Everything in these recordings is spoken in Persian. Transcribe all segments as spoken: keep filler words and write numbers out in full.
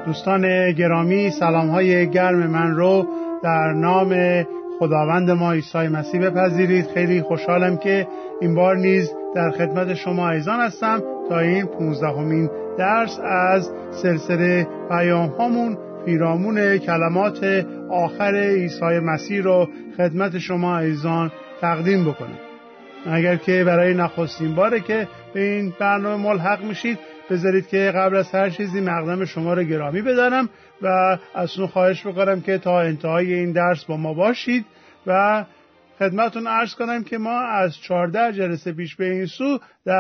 دوستان گرامی، سلام‌های گرم من رو در نام خداوند ما عیسی مسیح بپذیرید. خیلی خوشحالم که این بار نیز در خدمت شما عزیزان هستم تا این پونزدهمین درس از سلسله پیام هامون پیرامون کلمات آخر عیسی مسیح رو خدمت شما عزیزان تقدیم بکنم. اگر که برای نخستین باره که به این برنامه ملحق میشید، بذارید که قبل از هر چیزی مقدم شما رو گرامی بدارم و از اون خواهش بکنم که تا انتهای این درس با ما باشید و خدمتون عرض کنم که ما از چهارده جلسه پیش به این سو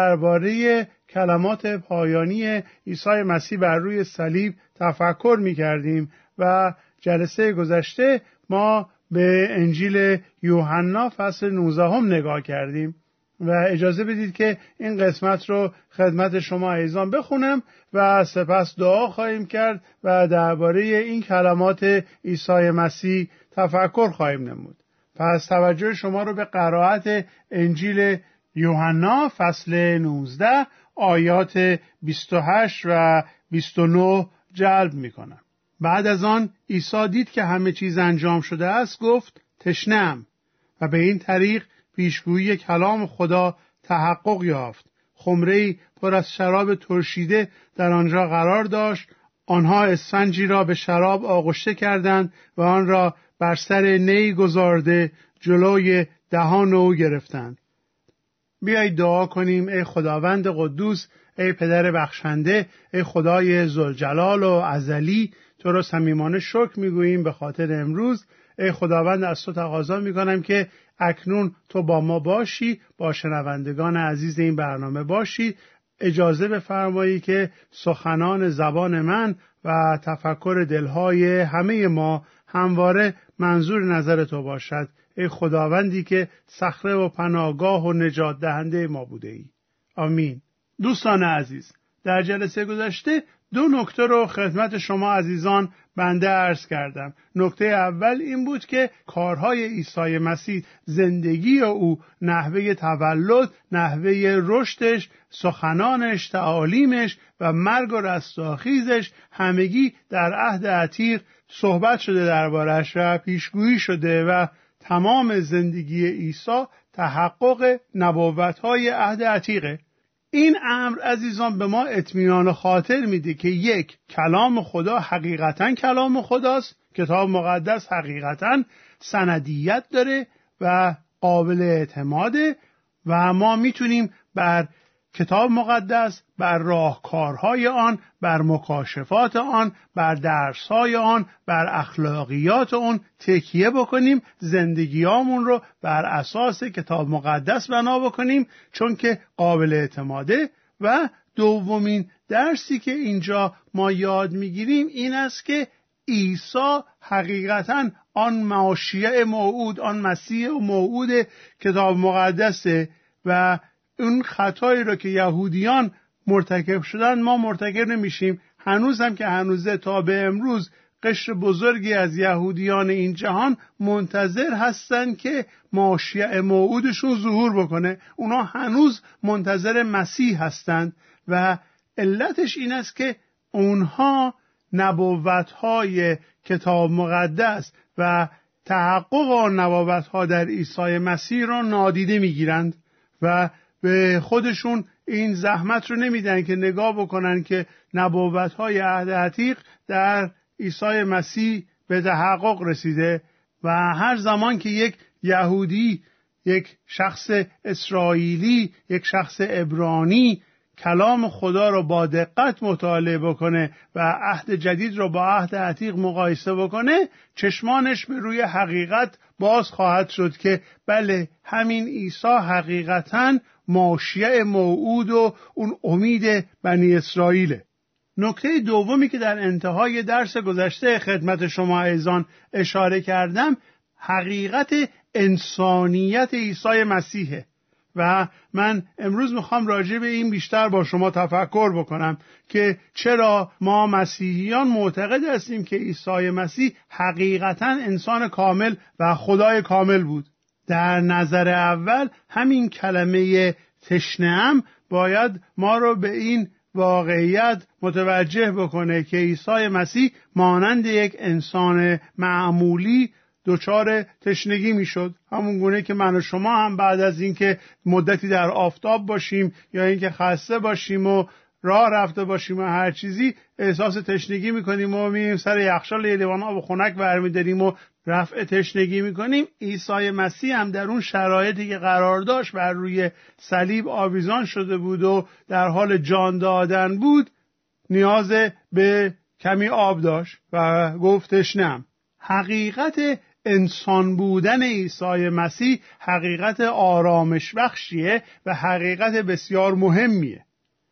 درباره کلمات پایانی عیسی مسیح بر روی صلیب تفکر می‌کردیم و جلسه گذشته ما به انجیل یوحنا فصل نوزده هم نگاه کردیم و اجازه بدید که این قسمت رو خدمت شما عزیزان بخونم و سپس دعا خواهیم کرد و درباره این کلمات عیسی مسیح تفکر خواهیم نمود. پس توجه شما رو به قرائت انجیل یوحنا فصل نوزده آیات بیست و هشت و بیست و نه جلب می کنم. بعد از آن عیسی دید که همه چیز انجام شده است، گفت تشنه‌ام، و به این طریق پیشگویی کلام خدا تحقق یافت. خمره‌ای پر از شراب ترشیده در آنجا قرار داشت. آنها اسفنجی را به شراب آغشته کردند و آن را بر سر نی گذارده جلوی دهان او گرفتند. بیایید دعا کنیم. ای خداوند قدوس، ای پدر بخشنده، ای خدای ذوالجلال و ازلی، تو را صمیمانه شکر میگوییم به خاطر امروز. ای خداوند، از تو تقاضا میکنم که اکنون تو با ما باشی، با شنوندگان عزیز این برنامه باشی. اجازه بفرمایی که سخنان زبان من و تفکر دلهای همه ما همواره منظور نظر تو باشد. ای خداوندی که صخره و پناهگاه و نجات دهنده ما بوده ای. آمین. دوستان عزیز، در جلسه گذشته دو نکته رو خدمت شما عزیزان بنده عرض کردم. نکته اول این بود که کارهای عیسی مسیح، زندگی او، نحوه تولد، نحوه رشدش، سخنانش، تعالیمش و مرگ و رستاخیزش همگی در عهد عتیق صحبت شده دربارش و پیشگویی شده و تمام زندگی عیسی تحقق نبوت‌های عهد عتیقه. این امر عزیزان به ما اطمینان خاطر میده که یک، کلام خدا حقیقتا کلام خداست. کتاب مقدس حقیقتا سندیت داره و قابل اعتماده و ما میتونیم بر کتاب مقدس، بر راهکارهای آن، بر مکاشفات آن، بر درسهای آن، بر اخلاقیات آن تکیه بکنیم، زندگیامون رو بر اساس کتاب مقدس بنا بکنیم، چون که قابل اعتماده. و دومین درسی که اینجا ما یاد میگیریم این است که عیسی حقیقتا آن ماشیع موعود، آن مسیح موعود کتاب مقدسه و اون خطایی رو که یهودیان مرتکب شدن ما مرتکب نمیشیم. هنوز هم که هنوزه تا به امروز قشر بزرگی از یهودیان این جهان منتظر هستن که ماشیع موعودشون ظهور بکنه. اونا هنوز منتظر مسیح هستند و علتش این است که اونها نبوت‌های کتاب مقدس و تحقق آن نبوت‌ها در عیسی مسیح را نادیده میگیرند و به خودشون این زحمت رو نمیدن که نگاه بکنن که نبوت‌های عهد عتیق در عیسی مسیح به تحقق رسیده. و هر زمان که یک یهودی، یک شخص اسرائیلی، یک شخص عبرانی کلام خدا رو با دقت مطالعه بکنه و عهد جدید رو با عهد عتیق مقایسه بکنه، چشمانش به روی حقیقت باز خواهد شد که بله، همین عیسی حقیقتاً ماشیع موعود و اون امید بنی اسرائیله. نکته دومی که در انتهای درس گذشته خدمت شما عزیزان اشاره کردم، حقیقت انسانیت عیسی مسیحه و من امروز میخوام راجع به این بیشتر با شما تفکر بکنم که چرا ما مسیحیان معتقد هستیم که عیسی مسیح حقیقتا انسان کامل و خدای کامل بود. در نظر اول همین کلمه تشنه‌ام باید ما رو به این واقعیت متوجه بکنه که عیسی مسیح مانند یک انسان معمولی دچار تشنگی میشد، همون گونه که من و شما هم بعد از اینکه مدتی در آفتاب باشیم یا اینکه خسته باشیم و راه رفته باشیم و هر چیزی احساس تشنگی میکنیم و میریم سر یخچال یه لیوان آب خنک برمی‌داریم و رفع تشنگی میکنیم. عیسی مسیح هم در اون شرایطی که قرار داشت بر روی صلیب آویزان شده بود و در حال جان دادن بود، نیاز به کمی آب داشت و گفت تشنه‌ام. حقیقت انسان بودن عیسی مسیح حقیقت آرامش بخشیه و حقیقت بسیار مهمیه.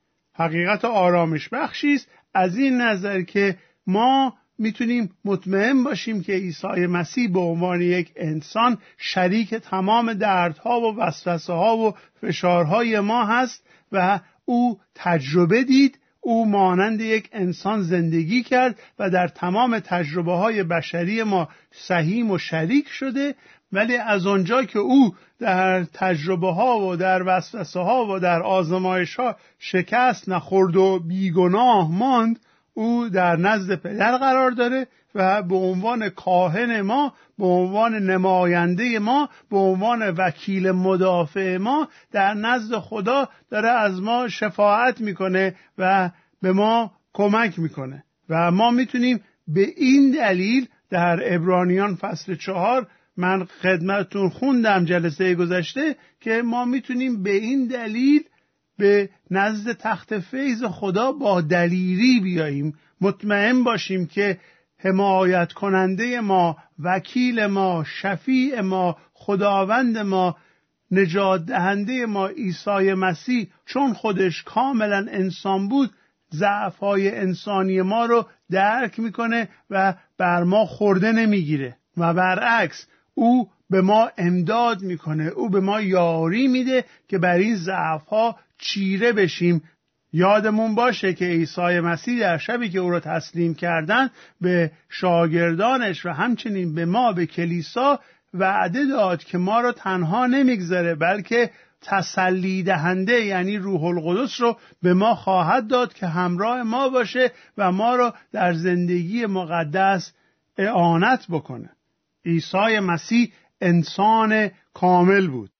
حقیقت آرامش بخشی است از این نظر که ما میتونیم مطمئن باشیم که عیسی مسیح به عنوان یک انسان شریک تمام دردها و وسوسه‌ها و فشارهای ما هست و او تجربه دید، او مانند یک انسان زندگی کرد و در تمام تجربه های بشری ما سهیم و شریک شده. ولی از آنجا که او در تجربه ها و در وسوسه ها و در آزمایش ها شکست نخورد و بیگناه ماند، او در نزد پدر قرار داره و به عنوان کاهن ما، به عنوان نماینده ما، به عنوان وکیل مدافع ما در نزد خدا داره از ما شفاعت میکنه و به ما کمک میکنه. و ما میتونیم به این دلیل در عبرانیان فصل چهار، من خدمتتون خوندم جلسه گذشته، که ما میتونیم به این دلیل به نزد تخت فیض خدا با دلیری بیاییم، مطمئن باشیم که حمایت کننده ما، وکیل ما، شفیع ما، خداوند ما، نجات دهنده ما عیسی مسیح، چون خودش کاملا انسان بود، ضعف‌های انسانی ما رو درک میکنه و بر ما خورده نمیگیره و برعکس او به ما امداد میکنه، او به ما یاری میده که بر این ضعف‌ها چیره بشیم. یادمون باشه که عیسی مسیح در شبی که او را تسلیم کردن به شاگردانش و همچنین به ما، به کلیسا، وعده داد که ما را تنها نمیگذاره، بلکه تسلی دهنده یعنی روح القدس رو به ما خواهد داد که همراه ما باشه و ما را در زندگی مقدس اعانت بکنه. عیسی مسیح انسان کامل بود.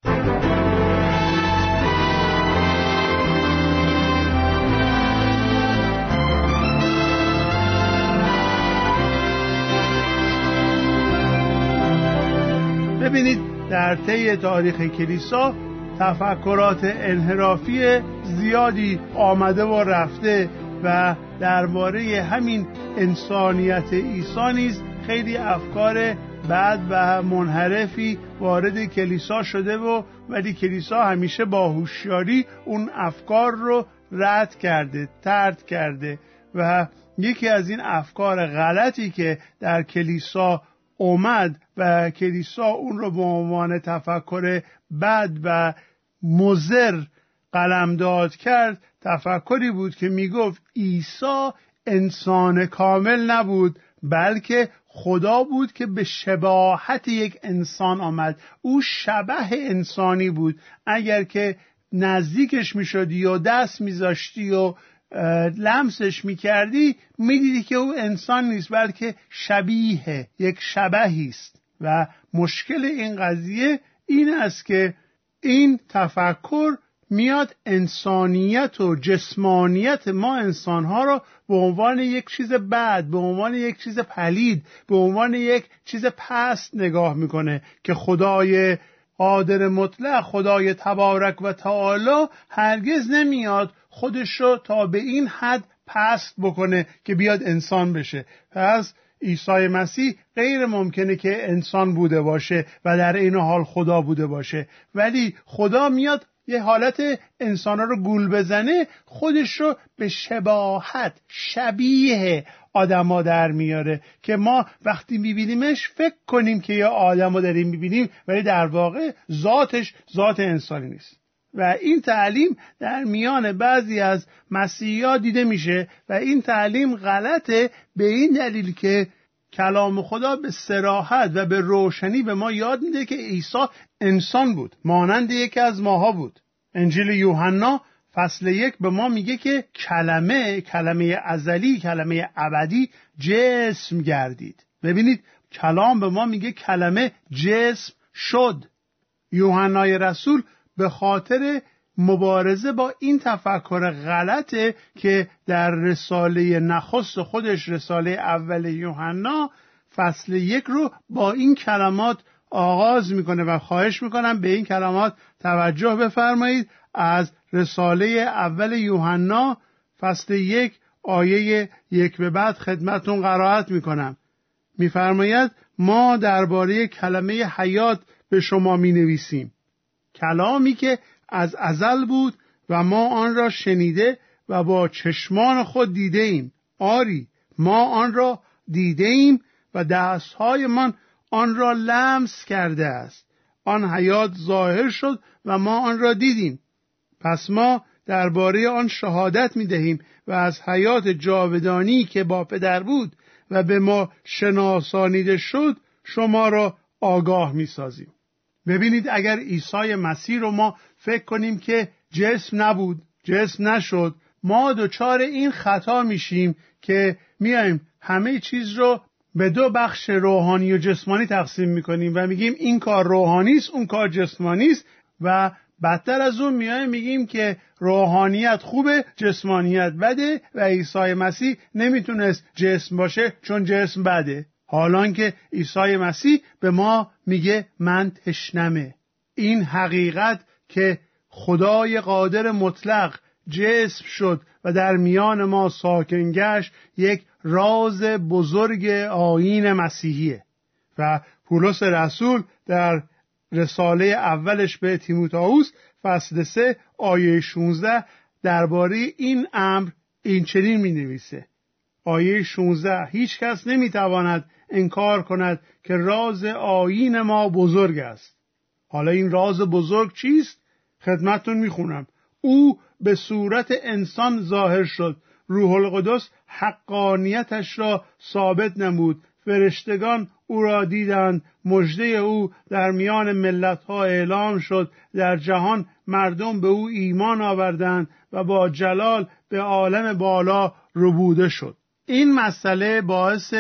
ببینید در طی تاریخ کلیسا تفکرات انحرافی زیادی آمده و رفته و درباره همین انسانیت عیسی نیز خیلی افکار بد و منحرفی وارد کلیسا شده و ولی کلیسا همیشه با هوشیاری اون افکار رو رد کرده، طرد کرده و یکی از این افکار غلطی که در کلیسا اومد و کلیسا اون رو به عنوان تفکر بد و مضر قلمداد کرد، تفکری بود که میگفت عیسی انسان کامل نبود، بلکه خدا بود که به شباهت یک انسان آمد. او شبه انسانی بود. اگر که نزدیکش میشدی و دست میذاشتی و لمسش میکردی، میدیدی که او انسان نیست بلکه شبیه یک شبهی است. و مشکل این قضیه این است که این تفکر میاد انسانیت و جسمانیت ما انسانها را به عنوان یک چیز بد، به عنوان یک چیز پلید، به عنوان یک چیز پست نگاه میکنه که خدای قادر مطلق، خدای تبارک و تعالی هرگز نمیاد خودش رو تا به این حد پست بکنه که بیاد انسان بشه. پس عیسی مسیح غیر ممکنه که انسان بوده باشه و در این حال خدا بوده باشه، ولی خدا میاد یه حالت انسانا رو گول بزنه، خودش رو به شباهت، شبیه آدما در میاره که ما وقتی میبینیمش فکر کنیم که یه آدمو داریم میبینیم، ولی در واقع ذاتش ذات انسانی نیست. و این تعلیم در میان بعضی از مسیحی‌ها دیده میشه و این تعلیم غلطه به این دلیل که کلام خدا به صراحت و به روشنی به ما یاد میده که عیسی انسان بود، مانند یکی از ماها بود. انجیل یوحنا فصل یک به ما میگه که کلمه، کلمه ازلی، کلمه ابدی جسم گردید. ببینید کلام به ما میگه کلمه جسم شد. یوحنای رسول به خاطر مبارزه با این تفکر غلطه که در رساله نخست خودش، رساله اول یوحنا، فصل یک رو با این کلمات آغاز میکنه و خواهش میکنم به این کلمات توجه بفرمایید. از رساله اول یوحنا فصل یک آیه یک به بعد خدمتون قرائت میکنم. میفرماید ما درباره کلمه حیات به شما می نویسیم، کلامی که از ازل بود و ما آن را شنیده و با چشمان خود دیده ایم. آری ما آن را دیده ایم و دستهای من آن را لمس کرده است. آن حیات ظاهر شد و ما آن را دیدیم، پس ما درباره آن شهادت می دهیم و از حیات جاودانی که با پدر بود و به ما شناسانیده شد شما را آگاه می سازیم. ببینید اگر عیسی مسیح رو ما فکر کنیم که جسم نبود، جسم نشد، ما دچار این خطا میشیم که میایم همه چیز رو به دو بخش روحانی و جسمانی تقسیم میکنیم و میگیم این کار روحانی است، اون کار جسمانی است، و بدتر از اون میایم میگیم که روحانیت خوبه، جسمانیت بده و عیسی مسیح نمیتونست جسم باشه چون جسم بده. حالان که عیسی مسیح به ما میگه من تشنمه. این حقیقت که خدای قادر مطلق جسم شد و در میان ما ساکن گشت یک راز بزرگ آیین مسیحیه. و پولس رسول در رساله اولش به تیموتائوس فصل سه آیه شانزده درباره این امر این چنین می نویسه. آیه شانزده هیچ کس نمی تواند انکار کند که راز آیین ما بزرگ است. حالا این راز بزرگ چیست؟ خدمتتون می خونم. او به صورت انسان ظاهر شد، روح القدس حقانیتش را ثابت نمود، فرشتگان او را دیدند، مژده او در میان ملت‌ها اعلام شد، در جهان مردم به او ایمان آوردند و با جلال به عالم بالا ربوده شد. این مسئله باعث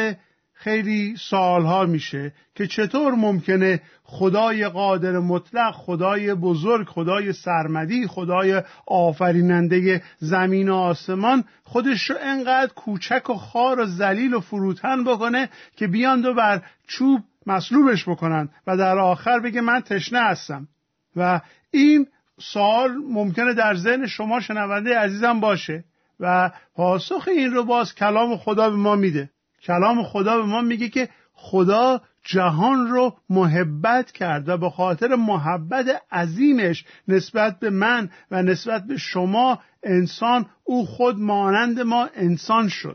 خیلی سوالها میشه که چطور ممکنه خدای قادر مطلق، خدای بزرگ، خدای سرمدی، خدای آفریننده زمین و آسمان خودش رو انقدر کوچک و خار و ذلیل و فروتن بکنه که بیان دو بر چوب مصلوبش بکنن و در آخر بگه من تشنه هستم. و این سوال ممکنه در ذهن شما شنونده عزیزم باشه و پاسخ این رو باز کلام خدا به ما میده. کلام خدا به ما میگه که خدا جهان رو محبت کرد و به خاطر محبت عظیمش نسبت به من و نسبت به شما انسان، او خود مانند ما انسان شد.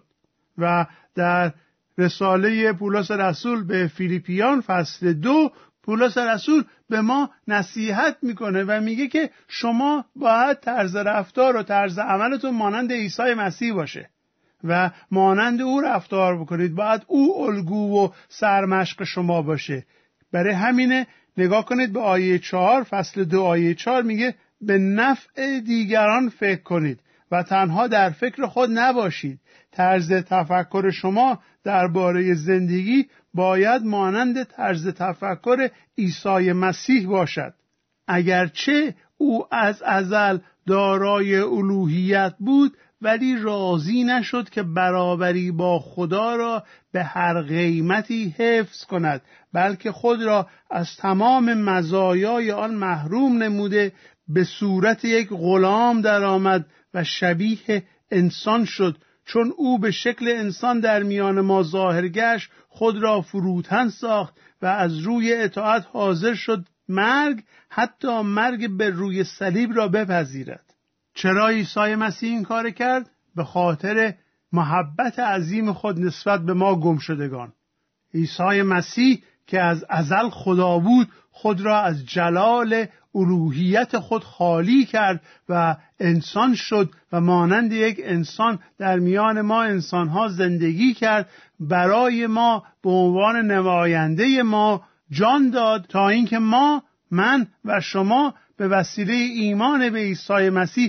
و در رساله پولس رسول به فیلیپیان فصل دو پولس رسول به ما نصیحت میکنه و میگه که شما باید طرز رفتار و طرز عملتون مانند عیسی مسیح باشه و مانند او رفتار بکنید. باید او الگو و سرمشق شما باشه. برای همینه نگاه کنید به آیه چهار فصل دو آیه چهار میگه به نفع دیگران فکر کنید و تنها در فکر خود نباشید. طرز تفکر شما درباره زندگی باید مانند طرز تفکر عیسی مسیح باشد. اگرچه او از ازل دارای الوهیت بود ولی راضی نشد که برابری با خدا را به هر قیمتی حفظ کند، بلکه خود را از تمام مزایای آن محروم نموده به صورت یک غلام درآمد و شبیه انسان شد. چون او به شکل انسان در میان ما ظاهر گشت خود را فروتن ساخت و از روی اطاعت حاضر شد مرگ، حتی مرگ به روی صلیب را بپذیرد. چرا عیسی مسیح این کار کرد؟ به خاطر محبت عظیم خود نسبت به ما گمشدگان. عیسی مسیح که از ازل خدا بود خود را از جلال الوهیت خود خالی کرد و انسان شد و مانند یک انسان در میان ما انسانها زندگی کرد. برای ما به عنوان نماینده ما جان داد تا اینکه ما، من و شما به وسیله ایمان به عیسی مسیح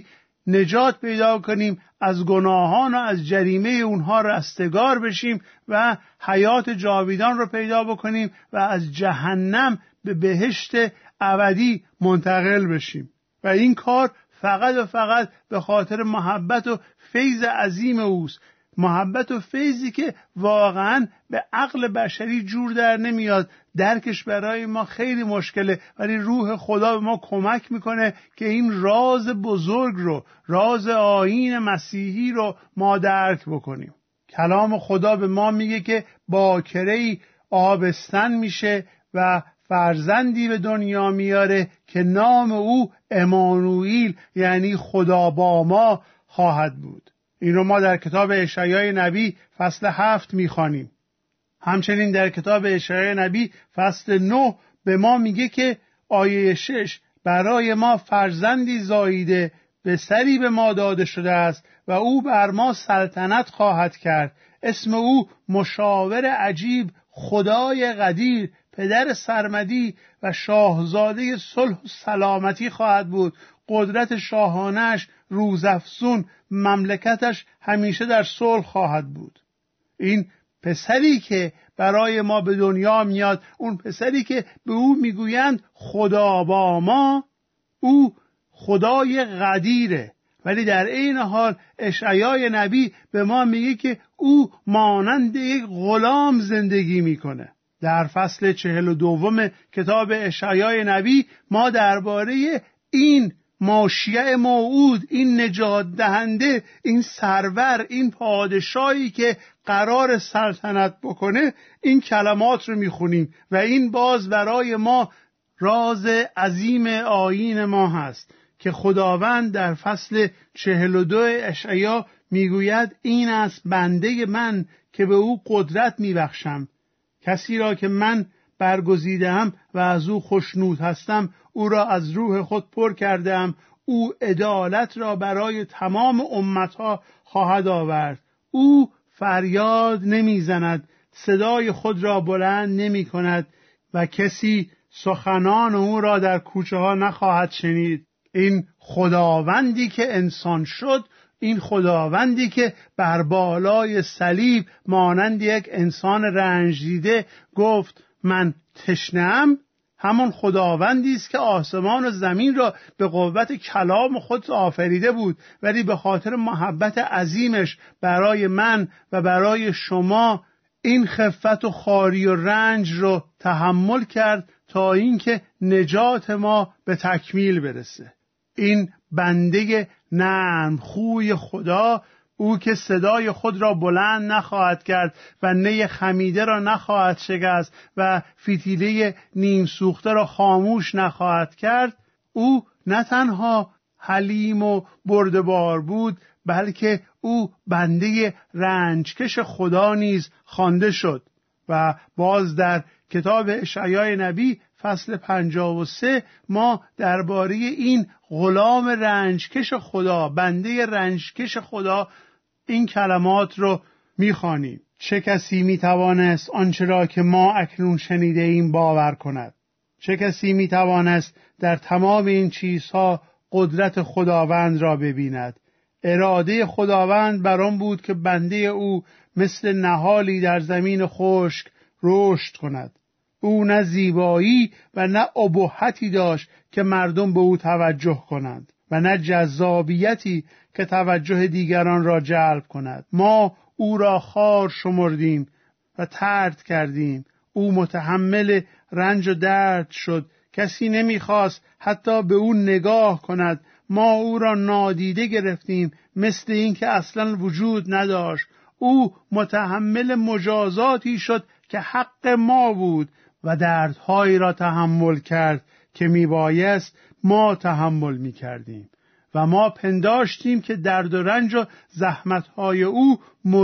نجات پیدا کنیم، از گناهان و از جریمه اونها رستگار بشیم و حیات جاویدان رو پیدا بکنیم و از جهنم به بهشت ابدی منتقل بشیم. و این کار فقط و فقط به خاطر محبت و فیض عظیم اوست، محبت و فیضی که واقعا به عقل بشری جور در نمیاد، درکش برای ما خیلی مشکله، ولی روح خدا به ما کمک میکنه که این راز بزرگ رو، راز آیین مسیحی رو ما درک بکنیم. کلام خدا به ما میگه که باکره‌ای آبستن میشه و فرزندی به دنیا میاره که نام او امانوئیل یعنی خدا با ما خواهد بود. این رو ما در کتاب اشعیا نبی فصل هفت میخوانیم. همچنین در کتاب اشعیا نبی فصل نه به ما میگه که آیه شش برای ما فرزندی زاییده، به سری به ما داده شده است و او بر ما سلطنت خواهد کرد. اسم او مشاور عجیب، خدای قدیر، پدر سرمدی و شاهزاده صلح و سلامتی خواهد بود. قدرت شاهانش روزافزون، مملکتش همیشه در صلح خواهد بود. این پسری که برای ما به دنیا میاد، اون پسری که به او میگویند خدا با ما، او خدای قدیره، ولی در عین حال اشعیا نبی به ما میگه که او مانند یک غلام زندگی میکنه. در فصل چهل و دوم کتاب اشعیا نبی ما درباره این ماشیه موعود، این نجات دهنده، این سرور، این پادشاهی که قرار سلطنت بکنه، این کلمات رو میخونیم و این باز برای ما راز عظیم آیین ما هست که خداوند در فصل چهل و دو اشعیا میگوید این است بنده من که به او قدرت میبخشم، کسی را که من برگزیدم و از او خوشنود هستم، او را از روح خود پر کردم. او عدالت را برای تمام امتها خواهد آورد. او فریاد نمیزند، صدای خود را بلند نمی کند و کسی سخنان او را در کوچه ها نخواهد شنید. این خداوندی که انسان شد، این خداوندی که بر بالای صلیب مانند یک انسان رنج دیده گفت من تشنه‌ام، همون خداوندی است که آسمان و زمین را به قوت کلام خود آفریده بود، ولی به خاطر محبت عظیمش برای من و برای شما این خفت و خواری و رنج رو تحمل کرد تا اینکه نجات ما به تکمیل برسه. این بنده نرم خوی خدا، او که صدای خود را بلند نخواهد کرد و نی خمیده را نخواهد شکست و فتیله نیم سوخته را خاموش نخواهد کرد، او نه تنها حلیم و بردبار بود، بلکه او بنده رنجکش خدا نیز خوانده شد. و باز در کتاب اشعیا نبی فصل پنجاه و سه ما درباره این غلام رنجکش خدا، بنده رنجکش خدا، این کلمات رو میخوانیم. چه کسی میتوانست آنچه را که ما اکنون شنیده ایم باور کند؟ چه کسی میتوانست در تمام این چیزها قدرت خداوند را ببیند؟ اراده خداوند بر آن بود که بنده او مثل نهالی در زمین خشک رشد کند. او نه زیبایی و نه ابهتی داشت که مردم به او توجه کنند و نه جذابیتی که توجه دیگران را جلب کند. ما او را خار شمردیم و طرد کردیم. او متحمل رنج و درد شد، کسی نمیخواست حتی به او نگاه کند. ما او را نادیده گرفتیم، مثل این که اصلا وجود نداشت. او متحمل مجازاتی شد که حق ما بود و دردهایی را تحمل کرد که میبایست ما تحمل میکردیم. و ما پنداشتیم که درد و رنج و زحمتهای او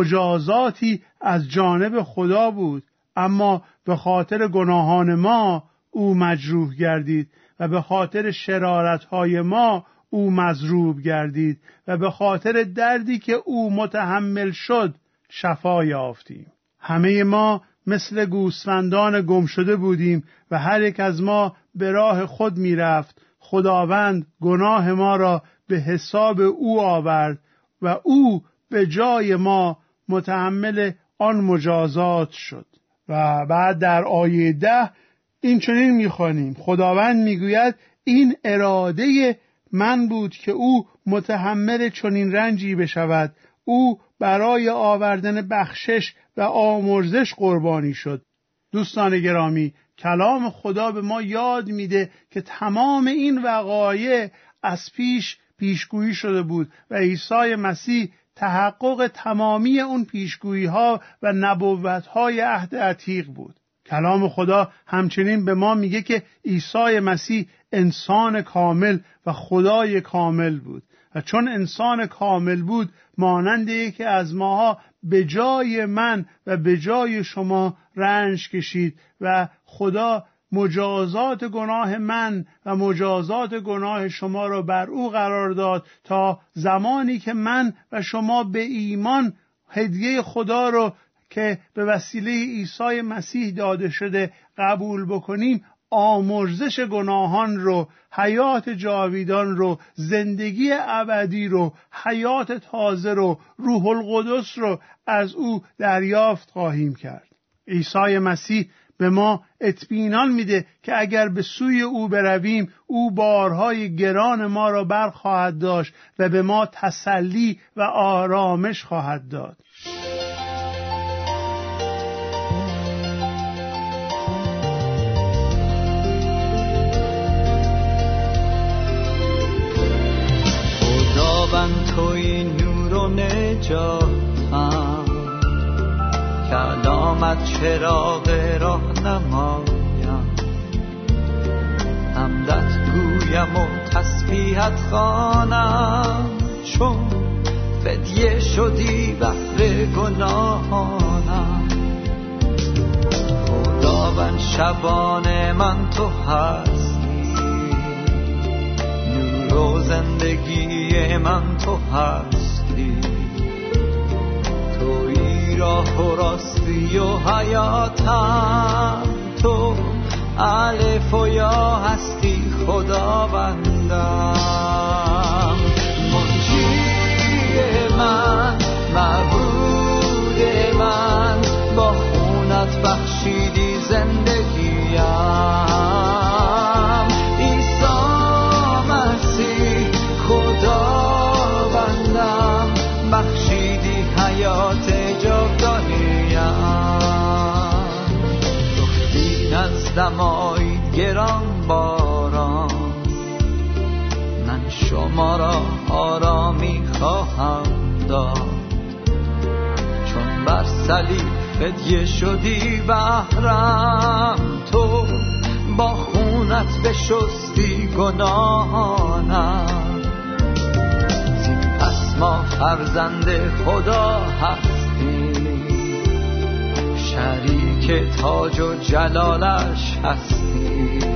مجازاتی از جانب خدا بود، اما به خاطر گناهان ما او مجروح گردید و به خاطر شرارتهای ما او مضروب گردید و به خاطر دردی که او متحمل شد شفا یافتیم. همه ما مثل گوسفندان گم شده بودیم و هر یک از ما به راه خود می رفت. خداوند گناه ما را به حساب او آورد و او به جای ما متحمل آن مجازات شد. و بعد در آیه ده این چنین می‌خوانیم: خداوند میگوید این اراده من بود که او متحمل چنین رنجی بشود. او برای آوردن بخشش و آمرزش قربانی شد. دوستان گرامی، کلام خدا به ما یاد میده که تمام این وقایع از پیش پیشگویی شده بود و عیسی مسیح تحقق تمامی اون پیشگویی ها و نبوت های عهد عتیق بود. کلام خدا همچنین به ما میگه که عیسی مسیح انسان کامل و خدای کامل بود و چون انسان کامل بود مانند یکی از ماها به جای من و به جای شما رنج کشید و خدا مجازات گناه من و مجازات گناه شما را بر او قرار داد تا زمانی که من و شما به ایمان هدیه خدا رو که به وسیله عیسی مسیح داده شده قبول بکنیم، آمرزش گناهان رو، حیات جاویدان رو، زندگی ابدی رو، حیات تازه رو، روح القدس رو از او دریافت خواهیم کرد. عیسی مسیح به ما اطمینان میده که اگر به سوی او برویم او بارهای گران ما را برخواهد داشت و به ما تسلی و آرامش خواهد داد. خداوند توی نور و نجاتم، کلامت چراغ راهنمایم، حمدت گویم و تسبیحت خوانم، چون فدیه شدی بهر گناهانم. خداوند شبان من تو هستی، نور و زندگی من تو هستی، تویی راه و راستی و حیاتم، تو الف و یا هستی خداوندم. منجی من، معبود من، با خونت بخشیدی زندگیم. عیسی مسیح خداوندم، بخشیدی حیات جاودانیم. گفتی نزدم آیید گران باران، من شما را آرامی خواهم داد، چون بر صلیب فدیه شدی بهرم، تو با خونت بشستی گناهانم. زین پس ما فرزند خدا هستیم، شریک تاج و جلالش هستیم.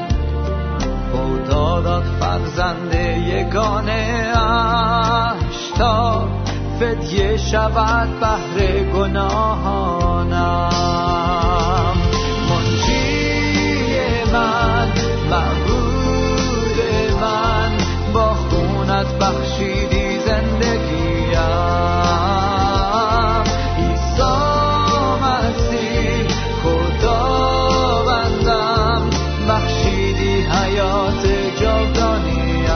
خدا داد فرزند یگانه اش تا فدیه شود بهر گناهانم. منجی من، معبود من، با خونت بخشیدی زندگیم. عیسی مسیح خداوندم، بخشیدی حیات جاودانیم.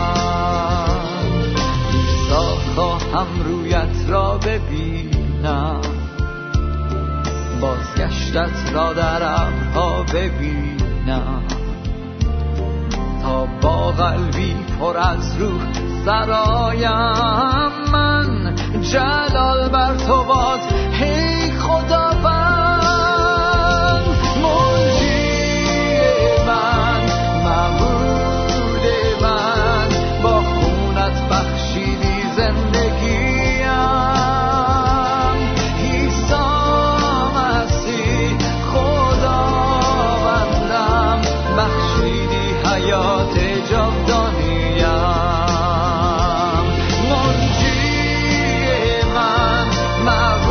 عیسی خواهم رویت را ببینم، بازگشتت را در ابرها ببینم، تا با قلبی پر از روح سرایم. من جلال بر تو باد ای خداوند. منجی من، معبود من، با خونت بخشیدی زندگیم. عیسی مسیح خداوندم، بخشیدی حیات جاودانیم. منجی من، معبود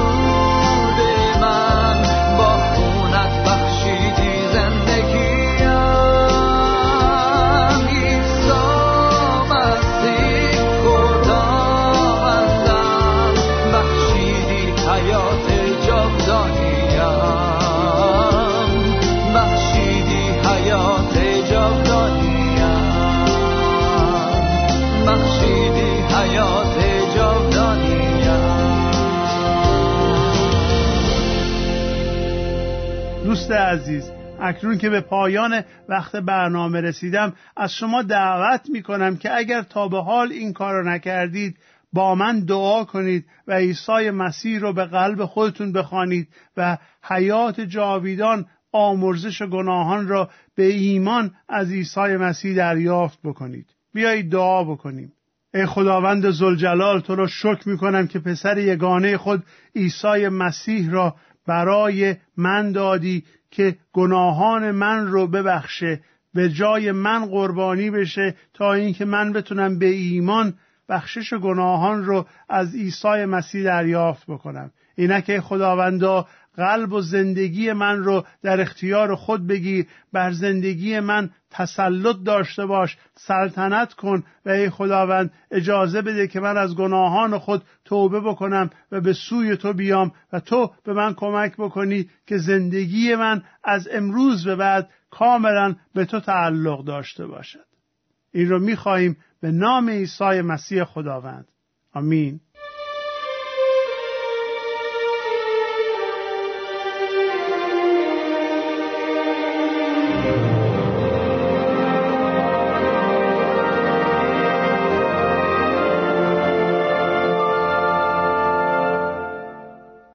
دوست عزیز، اکنون که به پایان وقت برنامه رسیدم، از شما دعوت می کنم که اگر تا به حال این کار رو نکردید با من دعا کنید و عیسی مسیح رو به قلب خودتون بخوانید و حیات جاویدان، آمرزش گناهان را به ایمان از عیسی مسیح دریافت بکنید. بیایید دعا بکنیم. ای خداوند ذوالجلال، تو را شکر می‌کنم که پسر یگانه خود عیسی مسیح را برای من دادی که گناهان من رو ببخشه، به جای من قربانی بشه تا اینکه من بتونم به ایمان بخشش گناهان رو از عیسی مسیح دریافت بکنم. اینکه خداوندا قلب و زندگی من رو در اختیار خود بگیر، بر زندگی من تسلط داشته باش، سلطنت کن و ای خداوند اجازه بده که من از گناهان خود توبه بکنم و به سوی تو بیام و تو به من کمک بکنی که زندگی من از امروز به بعد کاملا به تو تعلق داشته باشد. این رو می‌خواهیم به نام عیسی مسیح خداوند. آمین.